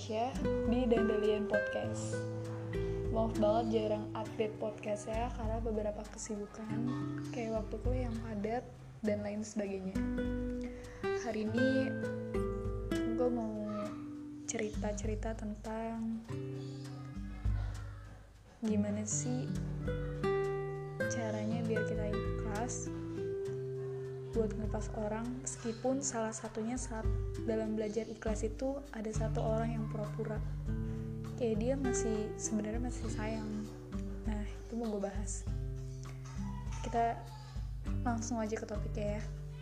Tasya di Dandelion Podcast. Maaf banget jarang update podcast ya karena beberapa kesibukan kayak waktu kuliah yang padat dan lain sebagainya. Hari ini gue mau cerita tentang gimana sih caranya biar kita ikhlas buat ngelepas orang, meskipun salah satunya saat dalam belajar ikhlas itu ada satu orang yang pura-pura kayak dia sebenarnya masih sayang. Nah, itu mau gue bahas. Kita langsung aja ke topiknya ya.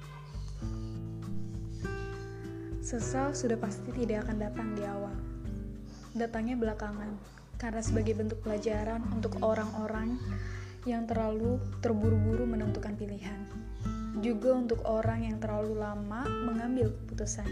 Sesal sudah pasti tidak akan datang di awal, datangnya belakangan, karena sebagai bentuk pelajaran untuk orang-orang yang terlalu terburu-buru menentukan pilihan, juga untuk orang yang terlalu lama mengambil keputusan.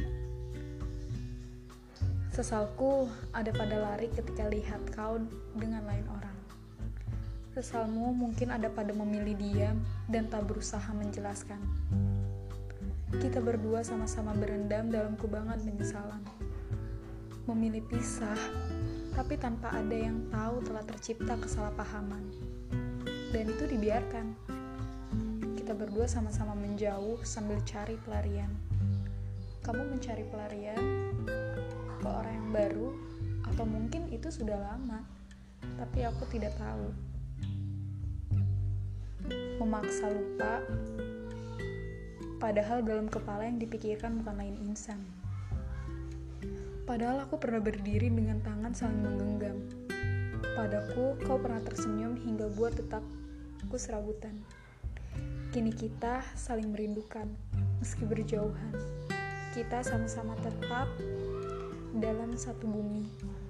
Sesalku ada pada lari ketika lihat kau dengan lain orang. Sesalmu mungkin ada pada memilih diam dan tak berusaha menjelaskan. Kita berdua sama-sama berendam dalam kubangan penyesalan. Memilih pisah, tapi tanpa ada yang tahu telah tercipta kesalahpahaman. Dan itu dibiarkan. Kita berdua sama-sama menjauh sambil cari pelarian. Kamu mencari pelarian ke orang yang baru, atau mungkin itu sudah lama, tapi aku tidak tahu. Memaksa lupa, padahal dalam kepala yang dipikirkan bukan lain insan. Padahal aku pernah berdiri dengan tangan saling menggenggam. Padaku, kau pernah tersenyum hingga buat detakku serabutan. Kini kita saling merindukan, meski berjauhan. Kita sama-sama tetap dalam satu bumi.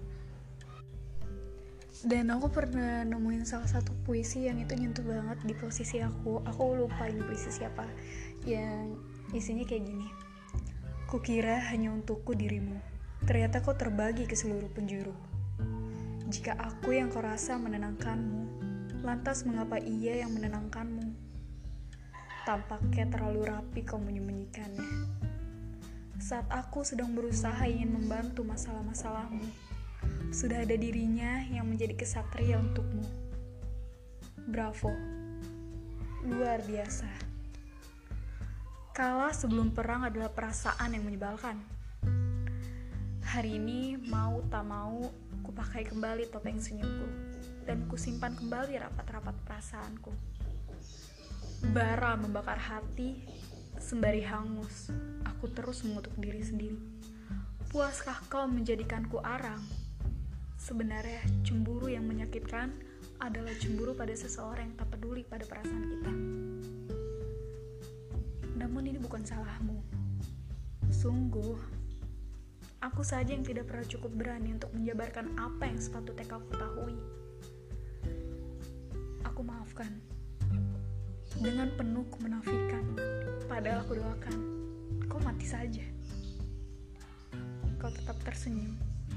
Dan aku pernah nemuin salah satu puisi yang itu nyentuh banget di posisi aku. Aku lupa ini puisi siapa. Yang isinya kayak gini. Kukira hanya untukku dirimu, ternyata kau terbagi ke seluruh penjuru. Jika aku yang kau rasa menenangkanmu, lantas mengapa ia yang menenangkanmu? Tampaknya terlalu rapi kau menyembunyikannya. Saat aku sedang berusaha ingin membantu masalah-masalahmu, sudah ada dirinya yang menjadi kesatria untukmu. Bravo, luar biasa. Kalah sebelum perang adalah perasaan yang menyebalkan. Hari ini mau tak mau, ku pakai kembali topeng senyumku, dan ku simpan kembali rapat-rapat perasaanku. Bara membakar hati, sembari hangus, aku terus mengutuk diri sendiri. Puaskah kau menjadikanku arang? Sebenarnya cemburu yang menyakitkan adalah cemburu pada seseorang yang tak peduli pada perasaan kita. Namun ini bukan salahmu. Sungguh, aku saja yang tidak pernah cukup berani untuk menjabarkan apa yang sepatutnya kau ketahui. Aku maafkan. Dengan penuh kemenafikan, padahal aku doakan, kau mati saja. Kau tetap tersenyum.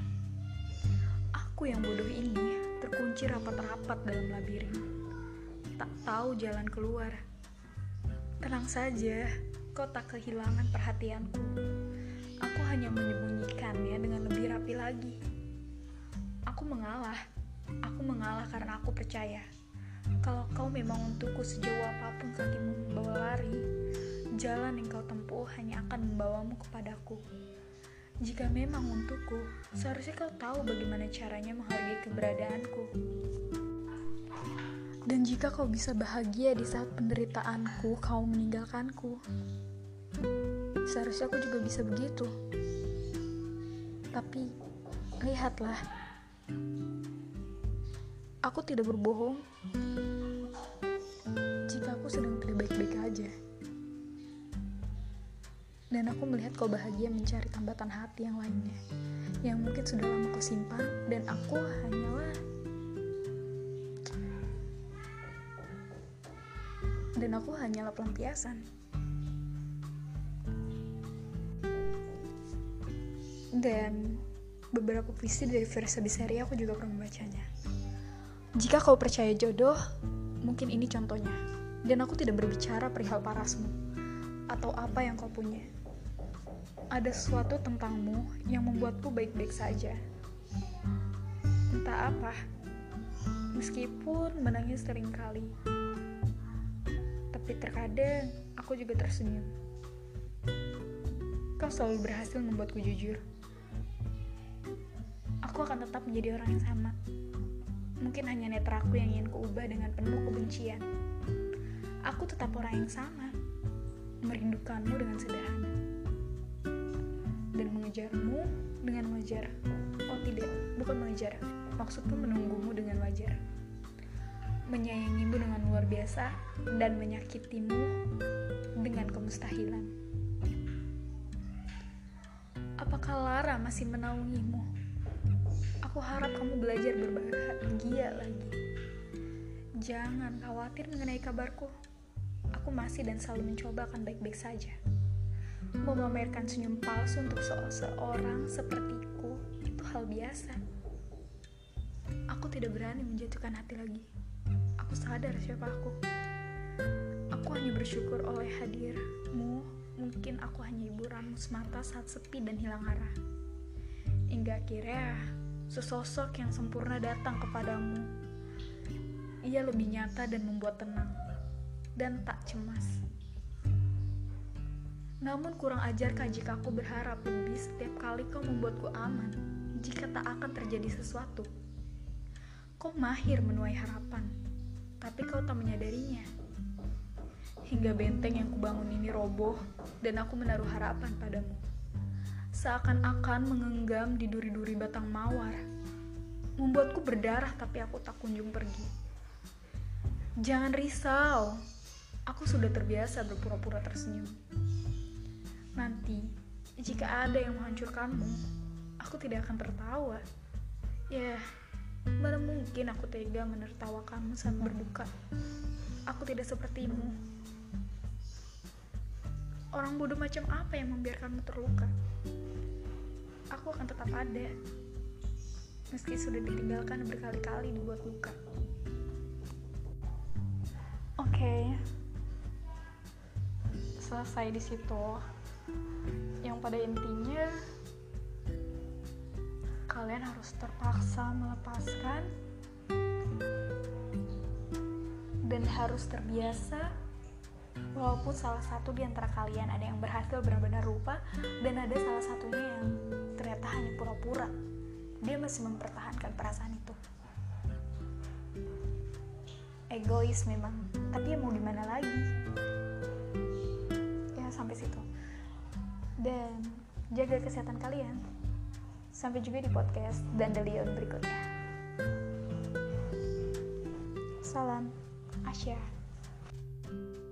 Aku yang bodoh ini terkunci rapat-rapat dalam labirin, tak tahu jalan keluar. Tenang saja, kau tak kehilangan perhatianku. Aku hanya menyembunyikannya dengan lebih rapi lagi. Aku mengalah karena aku percaya. Kalau kau memang untukku sejauh apapun kakimu membawa lari, jalan yang kau tempuh hanya akan membawamu kepadaku. Jika memang untukku, seharusnya kau tahu bagaimana caranya menghargai keberadaanku. Dan jika kau bisa bahagia di saat penderitaanku, kau meninggalkanku, seharusnya aku juga bisa begitu. Tapi, lihatlah, aku tidak berbohong jika aku sedang tidak baik-baik aja. Dan aku melihat kau bahagia mencari tambatan hati yang lainnya, yang mungkin sudah lama kau simpan, dan aku hanyalah pelampiasan. Dan beberapa puisi dari Versa Besari aku juga pernah membacanya. Jika kau percaya jodoh, mungkin ini contohnya. Dan aku tidak berbicara perihal parasmu atau apa yang kau punya. Ada sesuatu tentangmu yang membuatku baik-baik saja, Entah apa, meskipun menangis sering kali, tapi terkadang aku juga tersenyum. Kau selalu berhasil membuatku jujur. Aku akan tetap menjadi orang yang sama. Mungkin hanya netraku yang ingin kuubah dengan penuh kebencian. Aku tetap orang yang sama, merindukanmu dengan sederhana, dan mengejarmu dengan wajar. Oh tidak, bukan mengejar. Maksudku menunggumu dengan wajar. Menyayangimu dengan luar biasa dan menyakitimu dengan kemustahilan. Apakah Lara masih menaungimu? Aku harap kamu belajar berbahagia lagi. Jangan khawatir mengenai kabarku. Aku masih dan selalu mencoba akan baik-baik saja. Memamerkan senyum palsu untuk seseorang sepertiku itu hal biasa. Aku tidak berani menjatuhkan hati lagi. Aku sadar siapa aku. Aku hanya bersyukur oleh hadirmu. Mungkin aku hanya hiburanmu semata saat sepi dan hilang arah. Hingga akhirnya sesosok yang sempurna datang kepadamu. Ia lebih nyata dan membuat tenang dan tak cemas. Namun kurang ajarkah jika aku berharap lebih setiap kali kau membuatku aman jika tak akan terjadi sesuatu? Kau mahir menuai harapan, tapi kau tak menyadarinya. Hingga benteng yang kubangun ini roboh dan aku menaruh harapan padamu. Seakan-akan mengenggam di duri-duri batang mawar, membuatku berdarah tapi aku tak kunjung pergi. Jangan risau, aku sudah terbiasa berpura-pura tersenyum. Nanti, jika ada yang menghancurkanmu, aku tidak akan tertawa. Ya, mana mungkin aku tega menertawakanmu saat berduka. Aku tidak sepertimu. Orang bodoh macam apa yang membiarkanmu terluka? Aku akan tetap ada, meski sudah ditinggalkan berkali-kali dibuat luka. Oke. Selesai di situ. Yang pada intinya kalian harus terpaksa melepaskan dan harus terbiasa, walaupun salah satu di antara kalian ada yang berhasil benar-benar lupa dan ada salah satunya yang ternyata hanya pura-pura. Dia masih mempertahankan perasaan itu. Egois memang, tapi ya mau gimana lagi? Ya sampai situ. Dan jaga kesehatan kalian. Sampai juga di podcast Dandelion berikutnya. Salam Asya.